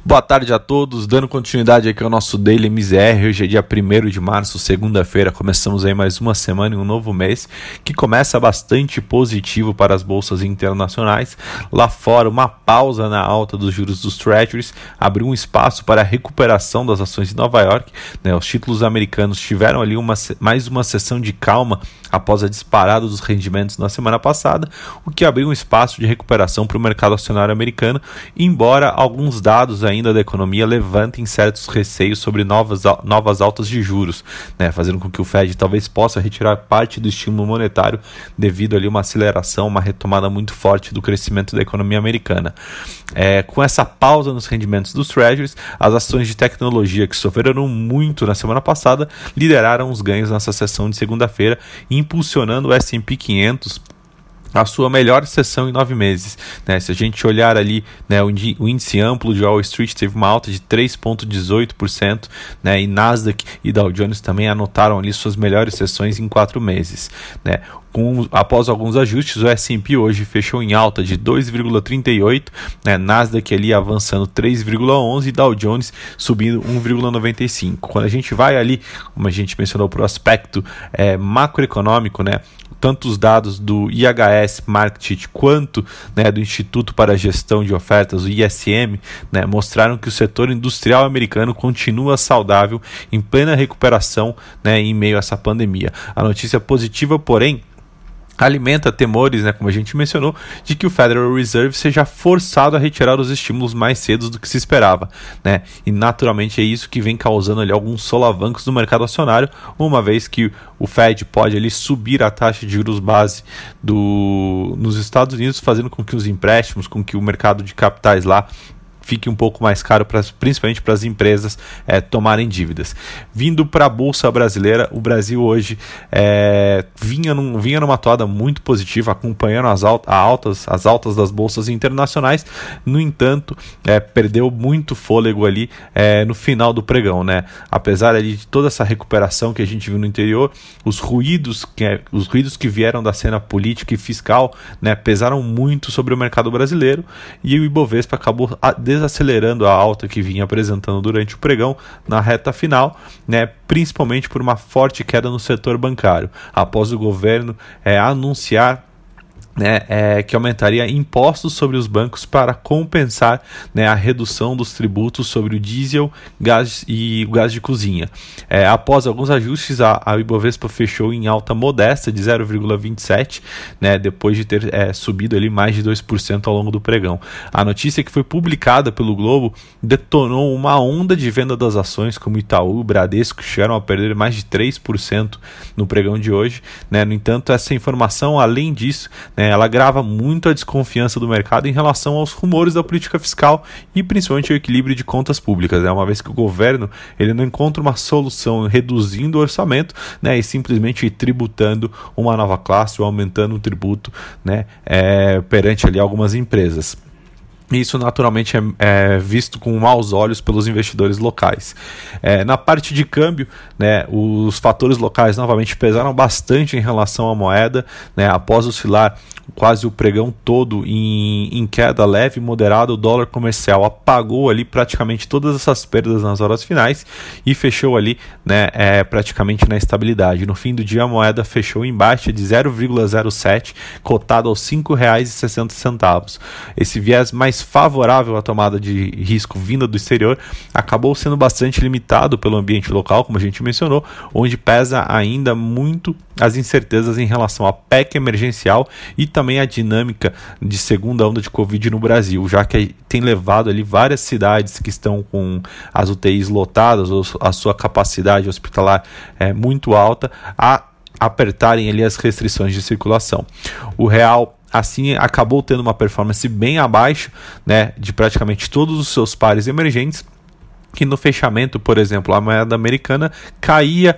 Boa tarde a todos, dando continuidade aqui ao nosso Daily MZR. Hoje é dia 1º de março, segunda-feira. Começamos aí mais uma semana e um novo mês que começa bastante positivo para as bolsas internacionais. Lá fora, uma pausa na alta dos juros dos Treasuries abriu um espaço para a recuperação das ações de Nova York. Os títulos americanos tiveram ali mais uma sessão de calma após a disparada dos rendimentos na semana passada, o que abriu um espaço de recuperação para o mercado acionário americano, embora alguns dados ainda da economia levantem certos receios sobre novas altas de juros, fazendo com que o Fed talvez possa retirar parte do estímulo monetário devido ali a uma aceleração, uma retomada muito forte do crescimento da economia americana. Com essa pausa nos rendimentos dos Treasuries, as ações de tecnologia que sofreram muito na semana passada lideraram os ganhos nessa sessão de segunda-feira, impulsionando o S&P 500 a sua melhor sessão em 9 meses. Se a gente olhar ali, o índice amplo de Wall Street teve uma alta de 3,18%, e Nasdaq e Dow Jones também anotaram ali suas melhores sessões em 4 meses. Após alguns ajustes, o S&P hoje fechou em alta de 2,38%, Nasdaq ali avançando 3,11% e Dow Jones subindo 1,95%. Quando a gente vai ali, como a gente mencionou, para o aspecto macroeconômico, tanto os dados do IHS Markit quanto do Instituto para a Gestão de Ofertas, o ISM, mostraram que o setor industrial americano continua saudável, em plena recuperação, em meio a essa pandemia. A notícia positiva, porém, alimenta temores, como a gente mencionou, de que o Federal Reserve seja forçado a retirar os estímulos mais cedo do que se esperava, E naturalmente é isso que vem causando ali alguns solavancos no mercado acionário, uma vez que o Fed pode ali subir a taxa de juros base nos Estados Unidos, fazendo com que os empréstimos, com que o mercado de capitais lá fique um pouco mais caro, principalmente para as empresas tomarem dívidas. Vindo para a Bolsa Brasileira, o Brasil hoje vinha numa toada muito positiva, acompanhando as altas das bolsas internacionais. No entanto, perdeu muito fôlego ali no final do pregão. Apesar ali de toda essa recuperação que a gente viu no interior, os ruídos que vieram da cena política e fiscal pesaram muito sobre o mercado brasileiro, e o Ibovespa acabou desacelerando a alta que vinha apresentando durante o pregão na reta final, principalmente por uma forte queda no setor bancário, após o governo anunciar que aumentaria impostos sobre os bancos para compensar a redução dos tributos sobre o diesel, gás e o gás de cozinha. Após alguns ajustes, a Ibovespa fechou em alta modesta de 0,27%, depois de ter subido ali mais de 2% ao longo do pregão. A notícia que foi publicada pelo Globo detonou uma onda de venda das ações, como Itaú e Bradesco, que chegaram a perder mais de 3% no pregão de hoje. No entanto, essa informação, além disso, ela agrava muito a desconfiança do mercado em relação aos rumores da política fiscal e principalmente o equilíbrio de contas públicas, uma vez que o governo ele não encontra uma solução reduzindo o orçamento, e simplesmente tributando uma nova classe ou aumentando o tributo, perante ali algumas empresas. Isso naturalmente é visto com maus olhos pelos investidores locais. Na parte de câmbio, os fatores locais novamente pesaram bastante em relação à moeda, após oscilar quase o pregão todo em queda leve e moderada. O dólar comercial apagou ali praticamente todas essas perdas nas horas finais e fechou ali praticamente na estabilidade. No fim do dia, a moeda fechou em baixa de 0,07, cotado aos R$ 5,60. Esse viés mais favorável à tomada de risco vinda do exterior acabou sendo bastante limitado pelo ambiente local, como a gente mencionou, onde pesa ainda muito as incertezas em relação à PEC emergencial e também a dinâmica de segunda onda de Covid no Brasil, já que tem levado ali várias cidades que estão com as UTIs lotadas ou a sua capacidade hospitalar muito alta a apertarem ali as restrições de circulação. O real assim acabou tendo uma performance bem abaixo de praticamente todos os seus pares emergentes, que no fechamento, por exemplo, a moeda americana caía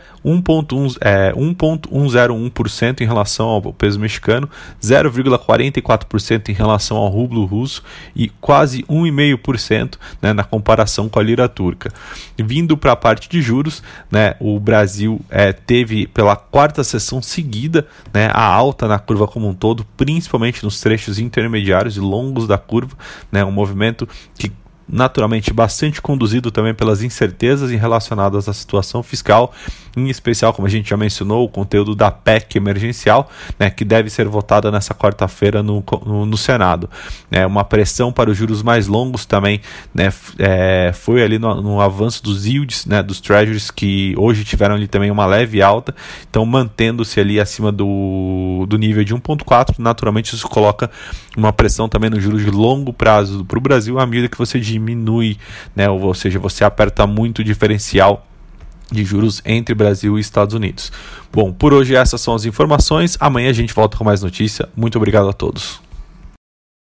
1,101% em relação ao peso mexicano, 0,44% em relação ao rublo russo e quase 1,5% na comparação com a lira turca. Vindo para a parte de juros, o Brasil teve pela quarta sessão seguida a alta na curva como um todo, principalmente nos trechos intermediários e longos da curva, um movimento que naturalmente bastante conduzido também pelas incertezas relacionadas à situação fiscal, em especial, como a gente já mencionou, o conteúdo da PEC emergencial, né, que deve ser votada nessa quarta-feira no Senado. Uma pressão para os juros mais longos também, né, foi ali no avanço dos yields, né, dos treasuries, que hoje tiveram ali também uma leve alta, então mantendo-se ali acima do nível de 1,4, naturalmente isso coloca uma pressão também nos juros de longo prazo para o Brasil, à medida que você diminui, né, ou seja, você aperta muito o diferencial de juros entre Brasil e Estados Unidos. Bom, por hoje essas são as informações. Amanhã a gente volta com mais notícia. Muito obrigado a todos.